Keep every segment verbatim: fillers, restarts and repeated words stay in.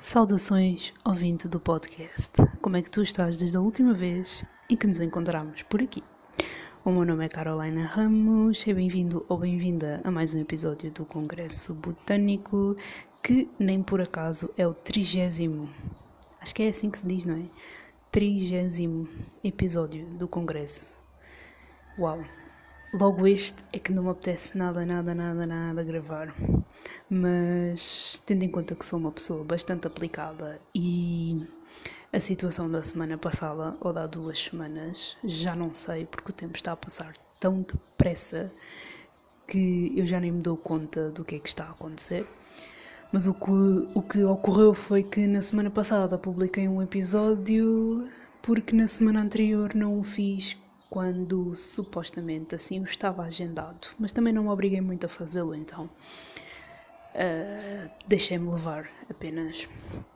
Saudações, ouvinte do podcast. Como é que tu estás desde a última vez em que nos encontramos por aqui? O meu nome é Carolina Ramos, seja bem-vindo ou bem-vinda a mais um episódio do Congresso Botânico, que nem por acaso é o trigésimo, acho que é assim que se diz, não é? Trigésimo episódio do Congresso. Uau! Logo este é que não me apetece nada, nada, nada, nada gravar. Mas tendo em conta que sou uma pessoa bastante aplicada e a situação da semana passada, ou da duas semanas, já não sei porque o tempo está a passar tão depressa que eu já nem me dou conta do que é que está a acontecer. Mas o que, o que ocorreu foi que na semana passada publiquei um episódio porque na semana anterior não o fiz quando supostamente assim o estava agendado, mas também não me obriguei muito a fazê-lo, então uh, deixei-me levar apenas.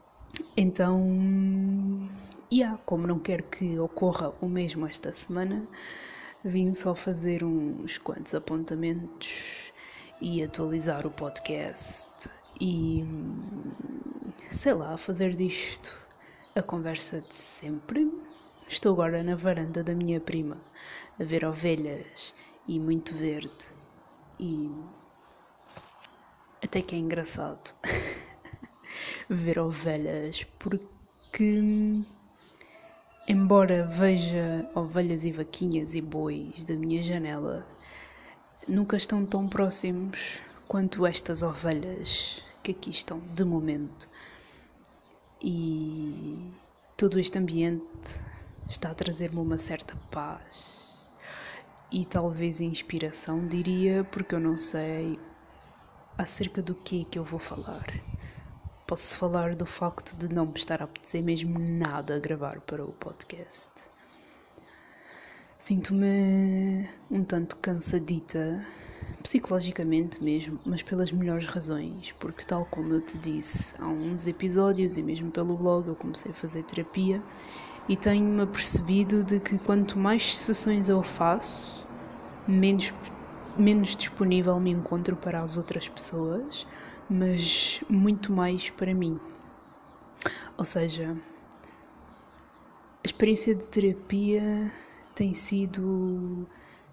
Então, yeah, como não quero que ocorra o mesmo esta semana, vim só fazer uns quantos apontamentos e atualizar o podcast e, sei lá, fazer disto a conversa de sempre. Estou agora na varanda da minha prima a ver ovelhas e muito verde e até que é engraçado ver ovelhas porque, embora veja ovelhas e vaquinhas e bois da minha janela, nunca estão tão próximos quanto estas ovelhas que aqui estão de momento. E todo este ambiente está a trazer-me uma certa paz e talvez inspiração, diria, porque eu não sei acerca do que é que eu vou falar. Posso falar do facto de não me estar a apetecer mesmo nada a gravar para o podcast. Sinto-me um tanto cansadita, psicologicamente mesmo, mas pelas melhores razões, porque tal como eu te disse há uns episódios e mesmo pelo blog eu comecei a fazer terapia e tenho-me apercebido de que quanto mais sessões eu faço, menos, menos disponível me encontro para as outras pessoas, mas muito mais para mim. Ou seja, a experiência de terapia tem sido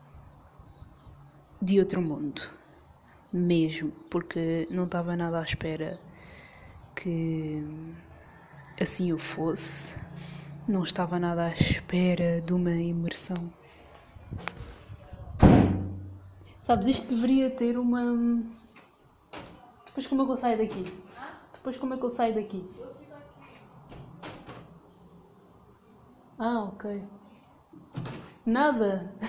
de outro mundo, mesmo, porque não estava nada à espera que assim o fosse, não estava nada à espera de uma imersão. Sabes, isto deveria ter uma... Depois como é que eu saio daqui? Depois como é que eu saio daqui? Ah, ok. Nada?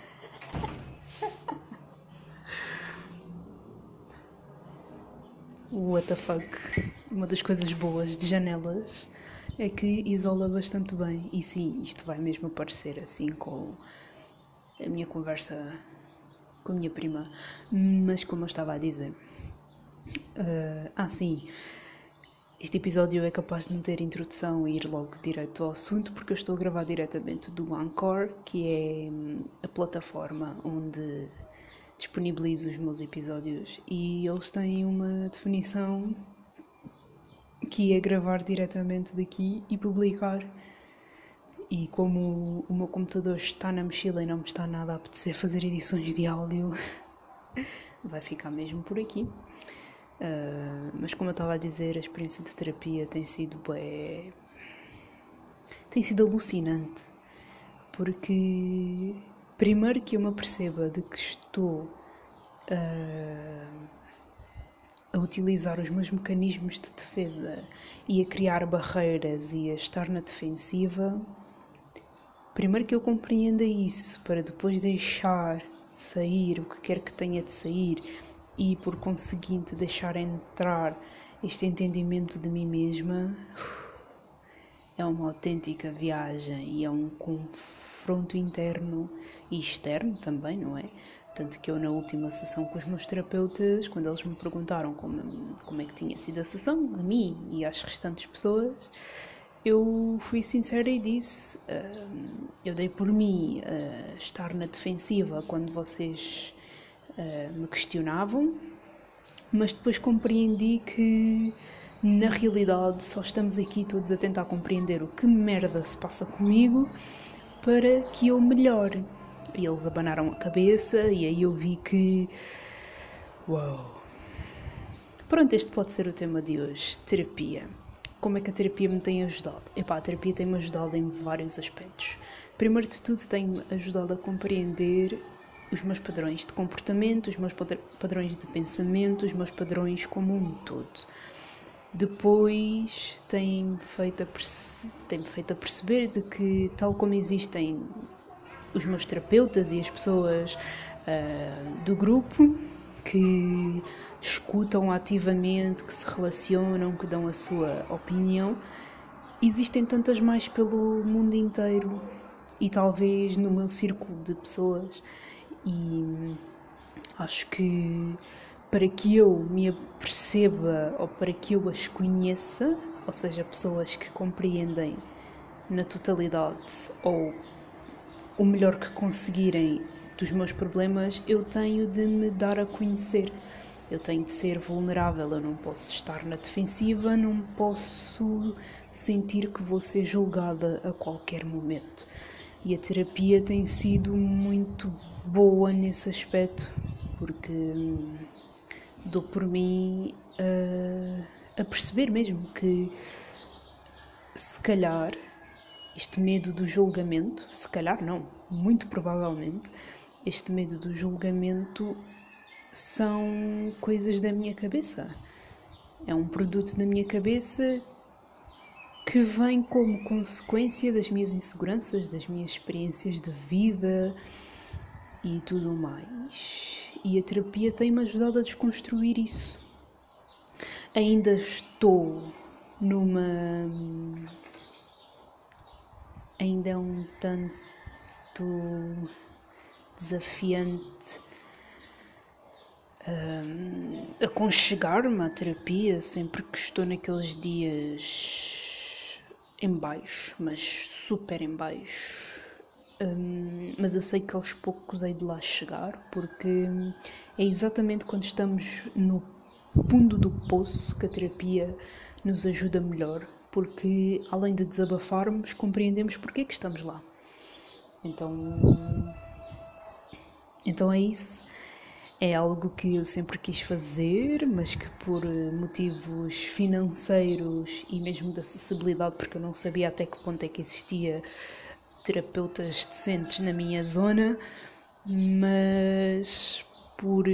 What the fuck? Uma das coisas boas de janelas é que isola bastante bem. E sim, isto vai mesmo parecer assim com a minha conversa com a minha prima. Mas como eu estava a dizer... Uh, ah, sim... Este episódio é capaz de não ter introdução e ir logo direto ao assunto, porque eu estou a gravar diretamente do Anchor, que é a plataforma onde disponibilizo os meus episódios, e eles têm uma definição que é gravar diretamente daqui e publicar. E como o meu computador está na mochila e não me está nada a apetecer fazer edições de áudio, vai ficar mesmo por aqui. Uh, mas como eu estava a dizer, a experiência de terapia tem sido bem... tem sido alucinante, porque primeiro que eu me aperceba de que estou uh, a utilizar os meus mecanismos de defesa e a criar barreiras e a estar na defensiva, primeiro que eu compreenda isso, para depois deixar sair o que quer que tenha de sair e, por conseguinte, deixar entrar este entendimento de mim mesma, é uma autêntica viagem e é um confronto interno e externo também, não é? Tanto que eu, na última sessão com os meus terapeutas, quando eles me perguntaram como, como é que tinha sido a sessão, a mim e às restantes pessoas, eu fui sincera e disse, uh, eu dei por mim uh, estar na defensiva quando vocês uh, me questionavam, mas depois compreendi que na realidade só estamos aqui todos a tentar compreender o que merda se passa comigo para que eu melhore. E eles abanaram a cabeça e aí eu vi que... Uau! Pronto, este pode ser o tema de hoje, terapia. Como é que a terapia me tem ajudado? Epá, a terapia tem-me ajudado em vários aspectos. Primeiro de tudo, tem-me ajudado a compreender os meus padrões de comportamento, os meus padrões de pensamento, os meus padrões como um todo. Depois, tem-me feito a, perce- tem-me feito a perceber de que, tal como existem os meus terapeutas e as pessoas uh, do grupo que escutam ativamente, que se relacionam, que dão a sua opinião, existem tantas mais pelo mundo inteiro e talvez no meu círculo de pessoas, e acho que para que eu me aperceba ou para que eu as conheça, ou seja, pessoas que compreendem na totalidade ou o melhor que conseguirem dos meus problemas, eu tenho de me dar a conhecer. Eu tenho de ser vulnerável, eu não posso estar na defensiva, não posso sentir que vou ser julgada a qualquer momento. E a terapia tem sido muito boa nesse aspecto, porque hum, dou por mim a, a perceber mesmo que, se calhar, este medo do julgamento, se calhar não, muito provavelmente, este medo do julgamento são coisas da minha cabeça. É um produto da minha cabeça que vem como consequência das minhas inseguranças, das minhas experiências de vida e tudo mais. E a terapia tem-me ajudado a desconstruir isso. Ainda estou numa... Ainda é um tanto desafiante um, aconchegar-me à terapia sempre que estou naqueles dias em baixo, mas super em baixo. Um, mas eu sei que aos poucos hei de lá chegar, porque é exatamente quando estamos no fundo do poço que a terapia nos ajuda melhor, porque além de desabafarmos, compreendemos porque é que estamos lá. Então, então é isso. É algo que eu sempre quis fazer, mas que por motivos financeiros e mesmo de acessibilidade, porque eu não sabia até que ponto é que existia terapeutas decentes na minha zona, mas por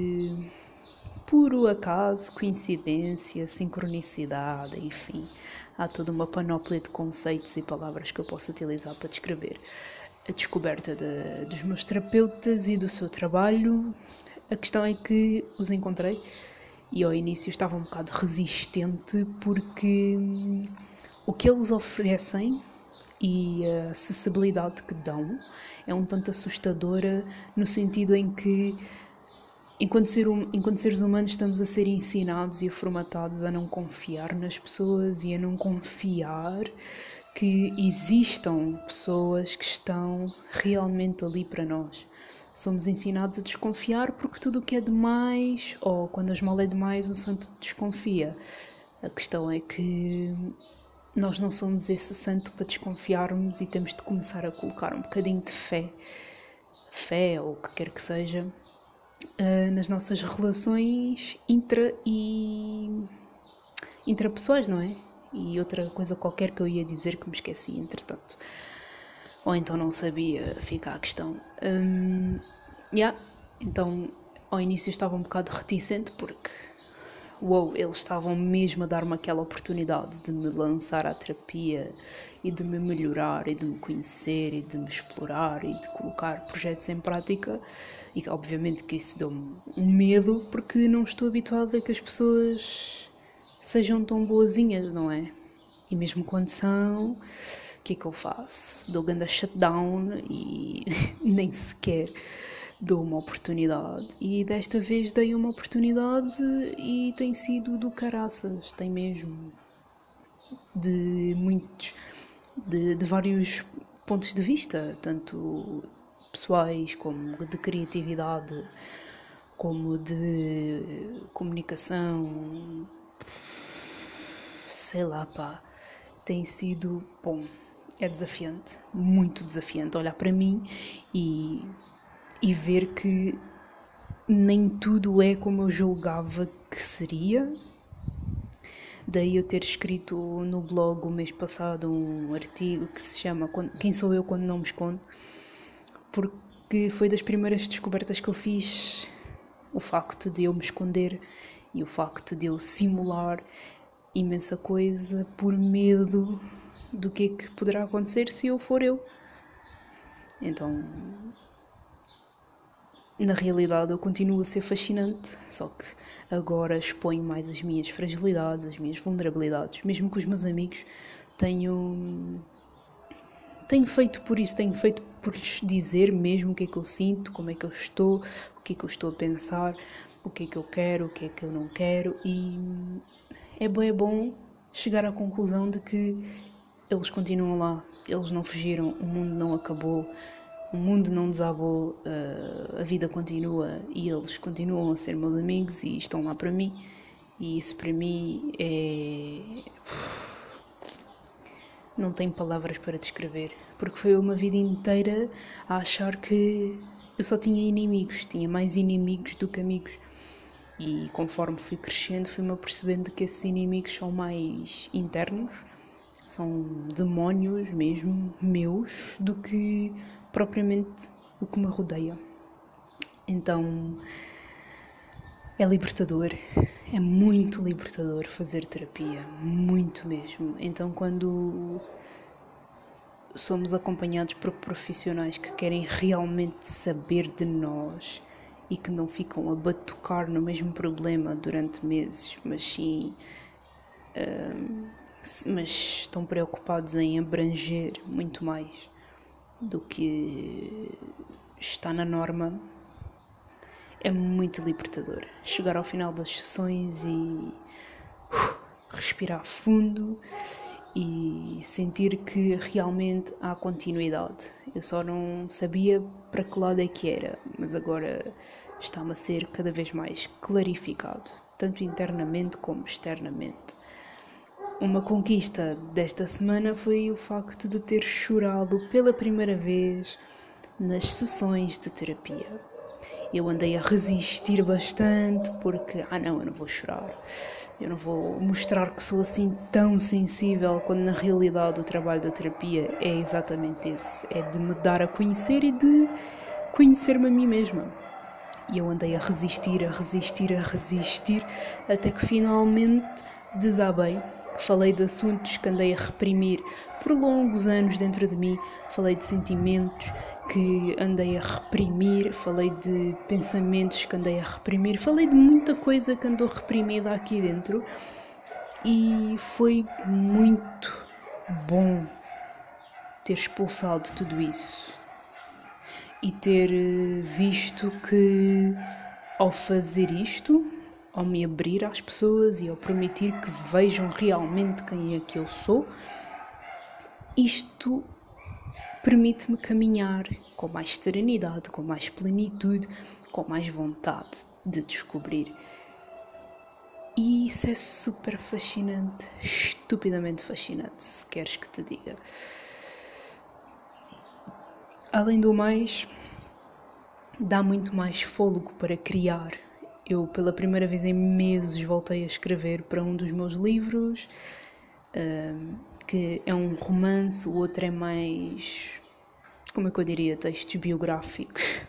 puro acaso, coincidência, sincronicidade, enfim, há toda uma panóplia de conceitos e palavras que eu posso utilizar para descrever a descoberta de, dos meus terapeutas e do seu trabalho. A questão é que os encontrei e ao início estava um bocado resistente, porque hum, o que eles oferecem e a acessibilidade que dão é um tanto assustadora, no sentido em que enquanto, ser, enquanto seres humanos estamos a ser ensinados e formatados a não confiar nas pessoas e a não confiar que existam pessoas que estão realmente ali para nós. Somos ensinados a desconfiar porque tudo o que é demais, ou quando as mal é demais, o santo desconfia. A questão é que nós não somos esse santo para desconfiarmos e temos de começar a colocar um bocadinho de fé, fé ou o que quer que seja, nas nossas relações intra e intrapessoais, não é? E outra coisa qualquer que eu ia dizer que me esqueci, entretanto. Ou então não sabia, fica a questão. Um, yeah. Então, ao início estava um bocado reticente porque, uou, eles estavam mesmo a dar-me aquela oportunidade de me lançar à terapia e de me melhorar e de me conhecer e de me explorar e de colocar projetos em prática. E obviamente que isso deu-me um medo, porque não estou habituada a que as pessoas sejam tão boazinhas, não é? E mesmo quando são, o que é que eu faço? Dou ganda shutdown e nem sequer dou uma oportunidade. E desta vez dei uma oportunidade e tem sido do caraças, tem mesmo. De muitos, de, de vários pontos de vista, tanto pessoais como de criatividade, como de comunicação, sei lá, pá, tem sido bom. É desafiante, muito desafiante olhar para mim e, e ver que nem tudo é como eu julgava que seria. Daí eu ter escrito no blog o mês passado um artigo que se chama Quem Sou Eu Quando Não Me Escondo, porque foi das primeiras descobertas que eu fiz, o facto de eu me esconder e o facto de eu simular imensa coisa por medo do que é que poderá acontecer se eu for eu. Então, na realidade eu continuo a ser fascinante, só que agora exponho mais as minhas fragilidades, as minhas vulnerabilidades, mesmo com os meus amigos tenho tenho feito por isso, tenho feito por lhes dizer mesmo o que é que eu sinto, como é que eu estou, o que é que eu estou a pensar, o que é que eu quero, o que é que eu não quero, e é bom, é bom chegar à conclusão de que eles continuam lá, eles não fugiram, o mundo não acabou, o mundo não desabou, a vida continua e eles continuam a ser meus amigos e estão lá para mim, e isso para mim é... não tenho palavras para descrever, porque foi uma vida inteira a achar que eu só tinha inimigos, tinha mais inimigos do que amigos. E conforme fui crescendo, fui-me apercebendo que esses inimigos são mais internos, são demónios mesmo, meus, do que propriamente o que me rodeia. Então, é libertador, é muito libertador fazer terapia, muito mesmo. Então, quando somos acompanhados por profissionais que querem realmente saber de nós e que não ficam a batucar no mesmo problema durante meses, mas sim, uh, mas estão preocupados em abranger muito mais do que está na norma, é muito libertador. Chegar ao final das sessões e uh, respirar fundo e sentir que realmente há continuidade. Eu só não sabia para que lado é que era, mas agora está-me a ser cada vez mais clarificado, tanto internamente como externamente. Uma conquista desta semana foi o facto de ter chorado pela primeira vez nas sessões de terapia. Eu andei a resistir bastante porque, ah não, eu não vou chorar, eu não vou mostrar que sou assim tão sensível, quando na realidade o trabalho da terapia é exatamente esse, é de me dar a conhecer e de conhecer-me a mim mesma. E eu andei a resistir, a resistir, a resistir, até que finalmente desabei. Falei de assuntos que andei a reprimir por longos anos dentro de mim, falei de sentimentos que andei a reprimir, falei de pensamentos que andei a reprimir, falei de muita coisa que andou reprimida aqui dentro, e foi muito bom ter expulsado tudo isso e ter visto que ao fazer isto, ao me abrir às pessoas e ao permitir que vejam realmente quem é que eu sou, isto permite-me caminhar com mais serenidade, com mais plenitude, com mais vontade de descobrir. E isso é super fascinante, estupidamente fascinante, se queres que te diga. Além do mais, dá muito mais fôlego para criar. Eu, pela primeira vez em meses, voltei a escrever para um dos meus livros, um, que é um romance, o outro é mais, como é que eu diria, textos biográficos.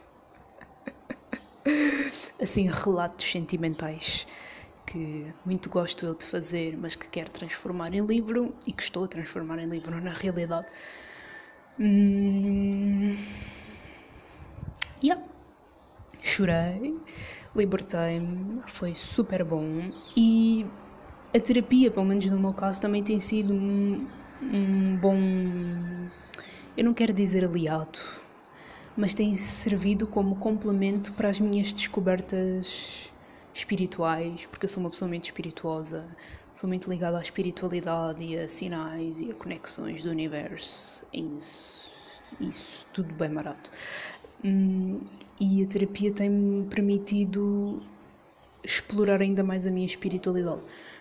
Assim, relatos sentimentais, que muito gosto eu de fazer, mas que quero transformar em livro, e que estou a transformar em livro na realidade. Hum... Yeah. Chorei, libertei-me, foi super bom, e a terapia, pelo menos no meu caso, também tem sido um, um bom, eu não quero dizer aliado, mas tem servido como complemento para as minhas descobertas espirituais, porque eu sou uma pessoa muito espirituosa, sou muito ligada à espiritualidade e a sinais e a conexões do universo, isso, isso tudo bem barato. Hum, e a terapia tem-me permitido explorar ainda mais a minha espiritualidade,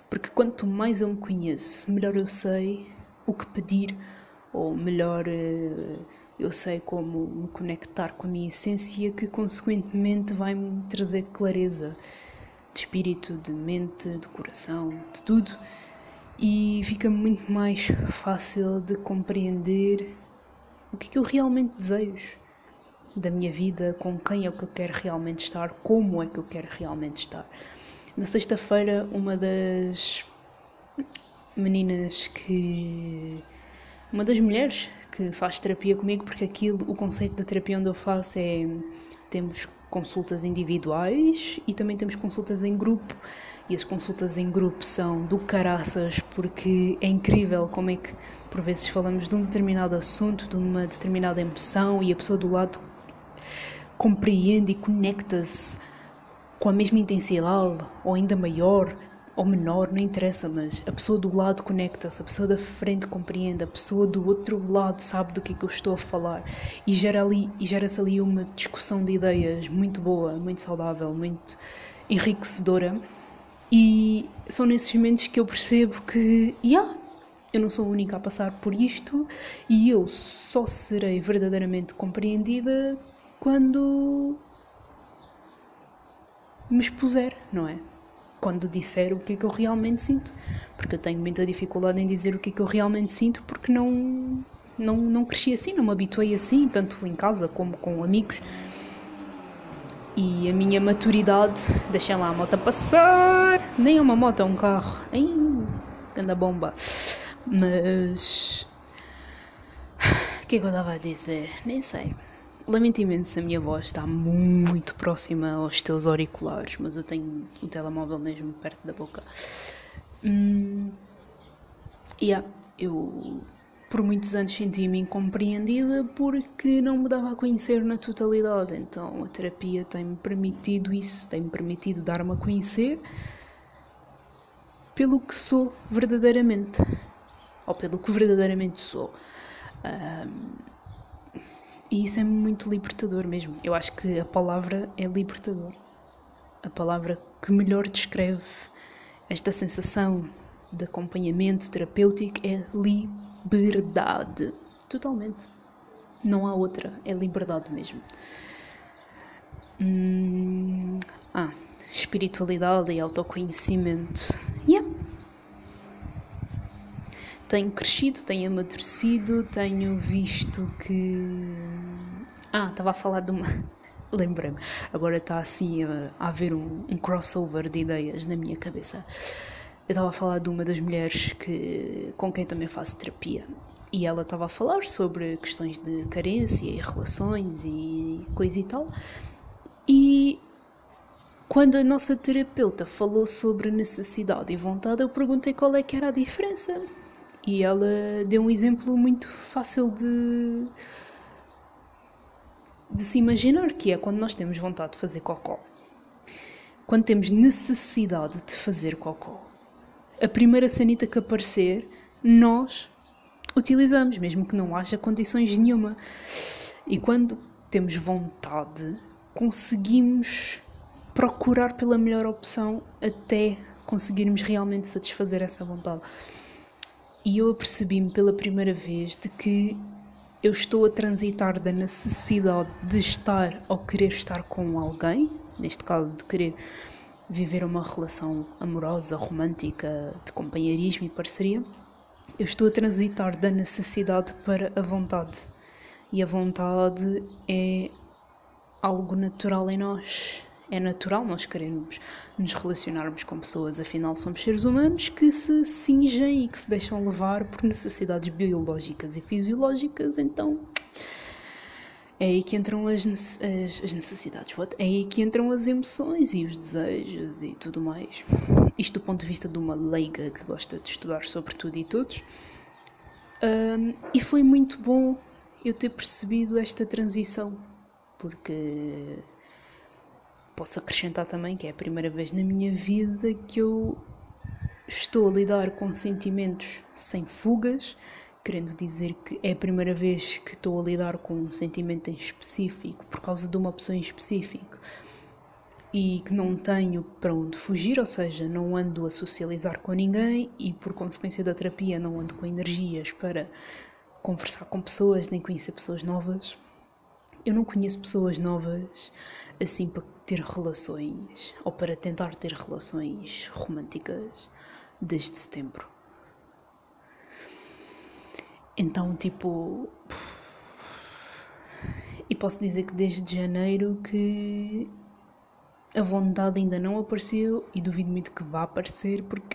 Porque quanto mais eu me conheço, melhor eu sei o que pedir, ou melhor eu sei como me conectar com a minha essência, que consequentemente vai-me trazer clareza de espírito, de mente, de coração, de tudo. E fica muito mais fácil de compreender o que é que eu realmente desejo da minha vida, com quem é que eu quero realmente estar, como é que eu quero realmente estar. Na sexta-feira, uma das meninas que... Uma das mulheres que faz terapia comigo, porque aquilo, o conceito da terapia onde eu faço é... Temos consultas individuais e também temos consultas em grupo. E as consultas em grupo são do caraças, porque é incrível como é que, por vezes, falamos de um determinado assunto, de uma determinada emoção, e a pessoa do lado compreende e conecta-se com a mesma intensidade, ou ainda maior, ou menor, não interessa, mas a pessoa do lado conecta-se, a pessoa da frente compreende, a pessoa do outro lado sabe do que é que eu estou a falar, e gera ali, e gera-se ali uma discussão de ideias muito boa, muito saudável, muito enriquecedora. E são nesses momentos que eu percebo que, yeah, eu não sou a única a passar por isto, e eu só serei verdadeiramente compreendida quando me expuser, não é? Quando disser o que é que eu realmente sinto. Porque eu tenho muita dificuldade em dizer o que é que eu realmente sinto, porque não, não, não cresci assim, não me habituei assim, tanto em casa como com amigos. E a minha maturidade... Deixem lá a moto passar. Nem é uma moto, é um carro. Ai, anda bomba. Mas... O que é que eu estava a dizer? Nem sei. Lamento imenso se a minha voz está muito próxima aos teus auriculares, mas eu tenho o telemóvel mesmo perto da boca. Hum, yeah, eu por muitos anos senti-me incompreendida porque não me dava a conhecer na totalidade. Então a terapia tem-me permitido isso, tem-me permitido dar-me a conhecer pelo que sou verdadeiramente, ou pelo que verdadeiramente sou. Um, E isso é muito libertador mesmo. Eu acho que a palavra é libertador. A palavra que melhor descreve esta sensação de acompanhamento terapêutico é liberdade. Totalmente. Não há outra. É liberdade mesmo. Hum... Ah, espiritualidade e autoconhecimento. Yeah. Tenho crescido, tenho amadurecido, tenho visto que... Ah, estava a falar de uma... Lembrei-me. Agora está assim a, a haver um, um crossover de ideias na minha cabeça. Eu estava a falar de uma das mulheres que, com quem também faço terapia. E ela estava a falar sobre questões de carência e relações e coisa e tal. E quando a nossa terapeuta falou sobre necessidade e vontade, eu perguntei qual é que era a diferença. E ela deu um exemplo muito fácil de, de se imaginar, que é quando nós temos vontade de fazer cocó. Quando temos necessidade de fazer cocó, a primeira sanita que aparecer, nós utilizamos, mesmo que não haja condições nenhuma. E quando temos vontade, conseguimos procurar pela melhor opção até conseguirmos realmente satisfazer essa vontade. E eu apercebi-me pela primeira vez de que eu estou a transitar da necessidade de estar ou querer estar com alguém, neste caso de querer viver uma relação amorosa, romântica, de companheirismo e parceria. Eu estou a transitar da necessidade para a vontade. E a vontade é algo natural em nós. É natural nós querermos nos relacionarmos com pessoas, afinal somos seres humanos que se cingem e que se deixam levar por necessidades biológicas e fisiológicas, então é aí que entram as, as, as necessidades, what? É aí que entram as emoções e os desejos e tudo mais. Isto do ponto de vista de uma leiga que gosta de estudar sobre tudo e todos. Um, e foi muito bom eu ter percebido esta transição, porque... Posso acrescentar também que é a primeira vez na minha vida que eu estou a lidar com sentimentos sem fugas, querendo dizer que é a primeira vez que estou a lidar com um sentimento em específico, por causa de uma pessoa em específico, e que não tenho para onde fugir, ou seja, não ando a socializar com ninguém e por consequência da terapia não ando com energias para conversar com pessoas nem conhecer pessoas novas. Eu não conheço pessoas novas assim para ter relações ou para tentar ter relações românticas desde setembro. Então, tipo... E posso dizer que desde janeiro que a vontade ainda não apareceu e duvido muito que vá aparecer porque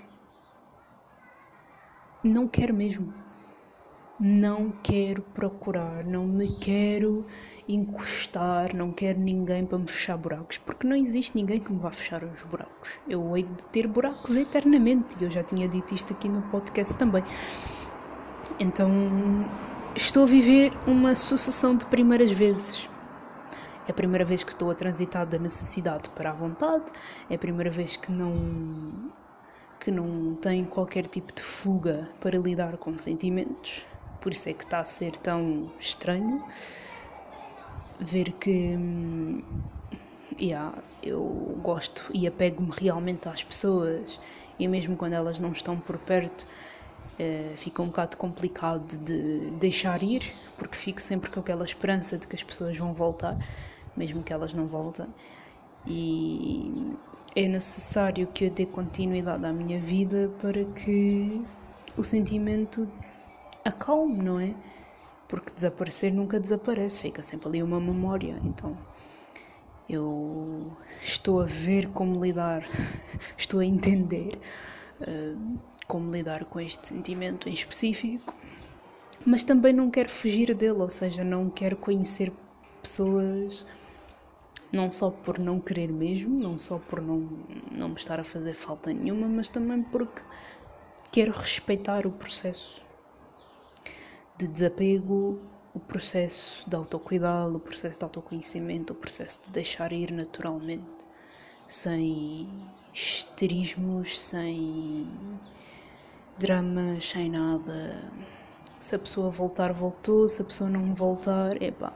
não quero mesmo. Não quero procurar, não me quero encostar, não quero ninguém para me fechar buracos, porque não existe ninguém que me vá fechar os buracos. Eu hei de ter buracos eternamente, e eu já tinha dito isto aqui no podcast também. Então, estou a viver uma sucessão de primeiras vezes. É a primeira vez que estou a transitar da necessidade para a vontade, é a primeira vez que não, que não tenho qualquer tipo de fuga para lidar com sentimentos. Por isso é que está a ser tão estranho ver que yeah, eu gosto e apego-me realmente às pessoas e mesmo quando elas não estão por perto eh, fica um bocado complicado de deixar ir, porque fico sempre com aquela esperança de que as pessoas vão voltar, mesmo que elas não voltem, e é necessário que eu dê continuidade à minha vida para que o sentimento acalme, não é? Porque desaparecer nunca desaparece, fica sempre ali uma memória. Então eu estou a ver como lidar, estou a entender uh, como lidar com este sentimento em específico, mas também não quero fugir dele, ou seja, não quero conhecer pessoas, não só por não querer mesmo, não só por não, não me estar a fazer falta nenhuma, mas também porque quero respeitar o processo de desapego, o processo de autocuidado, o processo de autoconhecimento, o processo de deixar ir naturalmente, sem histerismos, sem dramas, sem nada. Se a pessoa voltar, voltou, se a pessoa não voltar, epá,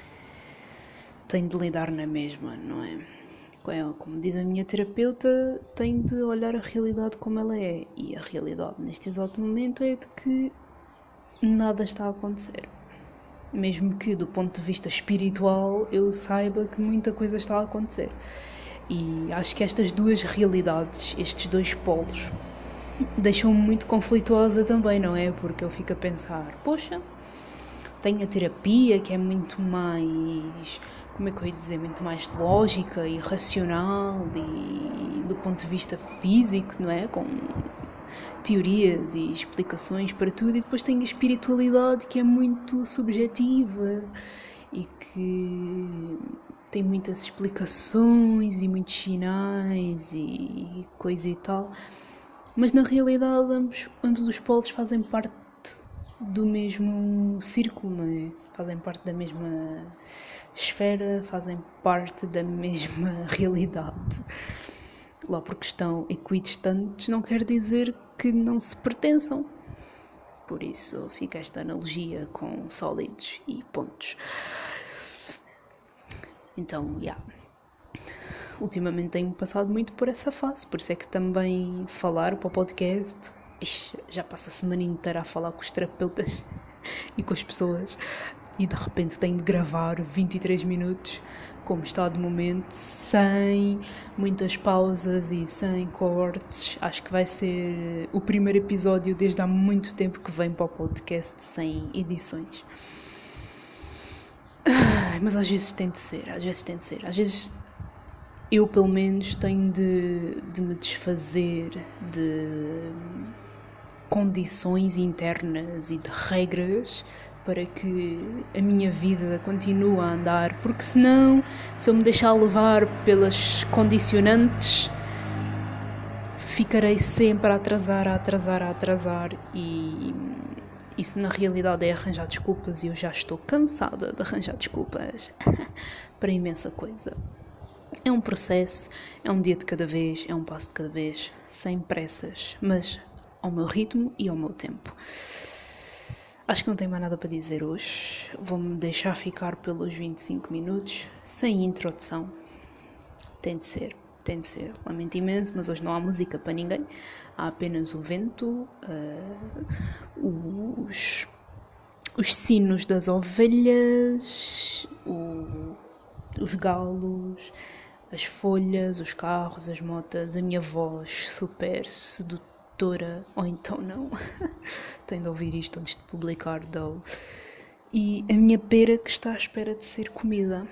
tenho de lidar na mesma, não é? Como diz a minha terapeuta, tenho de olhar a realidade como ela é, e a realidade neste exato momento é de que nada está a acontecer. Mesmo que do ponto de vista espiritual eu saiba que muita coisa está a acontecer. E acho que estas duas realidades, estes dois polos, deixam-me muito conflituosa também, não é? Porque eu fico a pensar, poxa, tenho a terapia que é muito mais, como é que eu ia dizer, muito mais lógica e racional e do ponto de vista físico, não é? Com teorias e explicações para tudo, e depois tem a espiritualidade que é muito subjetiva e que tem muitas explicações e muitos sinais e coisa e tal, mas na realidade ambos, ambos os polos fazem parte do mesmo círculo, não é? Fazem parte da mesma esfera, fazem parte da mesma realidade. Lá porque estão equidistantes não quer dizer que não se pertençam. Por isso fica esta analogia com sólidos e pontos. Então, já. Yeah. Ultimamente tenho passado muito por essa fase, por isso é que também falar para o podcast, ixi, já passo a semana inteira a falar com os terapeutas e com as pessoas e de repente tenho de gravar vinte e três minutos como está de momento, sem muitas pausas e sem cortes. Acho que vai ser o primeiro episódio desde há muito tempo que vem para o podcast sem edições. Mas às vezes tem de ser, às vezes tem de ser. Às vezes eu, pelo menos, tenho de, de me desfazer de condições internas e de regras para que a minha vida continue a andar, porque senão, se eu me deixar levar pelas condicionantes, ficarei sempre a atrasar, a atrasar, a atrasar e isso na realidade é arranjar desculpas e eu já estou cansada de arranjar desculpas para imensa coisa. É um processo, é um dia de cada vez, é um passo de cada vez, sem pressas, mas ao meu ritmo e ao meu tempo. Acho que não tenho mais nada para dizer hoje. Vou-me deixar ficar pelos vinte e cinco minutos, sem introdução. Até tem de ser, tem de ser. Lamento imenso, mas hoje não há música para ninguém. Há apenas o vento, uh, os, os sinos das ovelhas, o, os galos, as folhas, os carros, as motas, a minha voz super sedutora, ou então não. Tenho de ouvir isto antes de publicar, though. E a minha pera que está à espera de ser comida.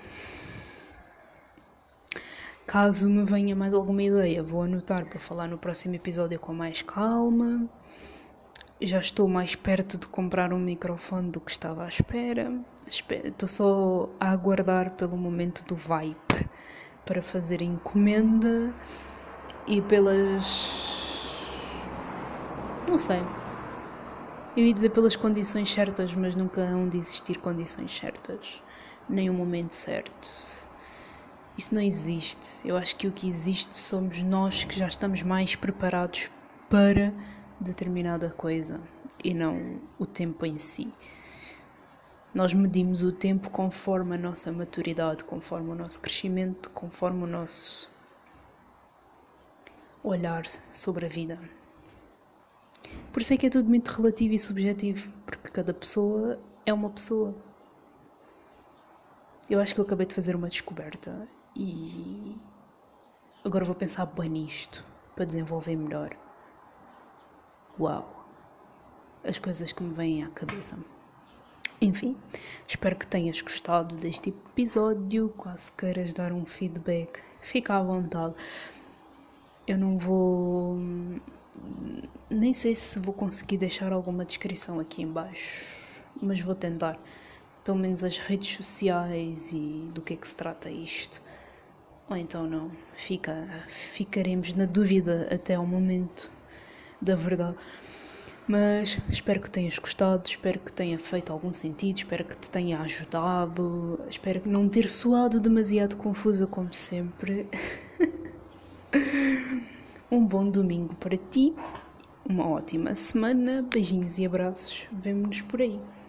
Caso me venha mais alguma ideia, vou anotar para falar no próximo episódio com mais calma. Já estou mais perto de comprar um microfone do que estava à espera. Estou só a aguardar pelo momento do vibe para fazer a encomenda e pelas... não sei. Eu ia dizer pelas condições certas, mas nunca hão de existir condições certas. Nem o momento certo. Isso não existe. Eu acho que o que existe somos nós que já estamos mais preparados para determinada coisa e não o tempo em si. Nós medimos o tempo conforme a nossa maturidade, conforme o nosso crescimento, conforme o nosso olhar sobre a vida. Por isso é que é tudo muito relativo e subjetivo, porque cada pessoa é uma pessoa. Eu acho que eu acabei de fazer uma descoberta e agora vou pensar bem nisto para desenvolver melhor. Uau! As coisas que me vêm à cabeça. Enfim, espero que tenhas gostado deste episódio. Caso queiras dar um feedback, fica à vontade. Eu não vou... nem sei se vou conseguir deixar alguma descrição aqui em baixo, mas vou tentar. Pelo menos as redes sociais e do que é que se trata isto. Ou então não, Fica, ficaremos na dúvida até ao momento da verdade. Mas espero que tenhas gostado, espero que tenha feito algum sentido, espero que te tenha ajudado, espero que não ter soado demasiado confusa como sempre. Um bom domingo para ti, uma ótima semana, beijinhos e abraços, vemo-nos por aí.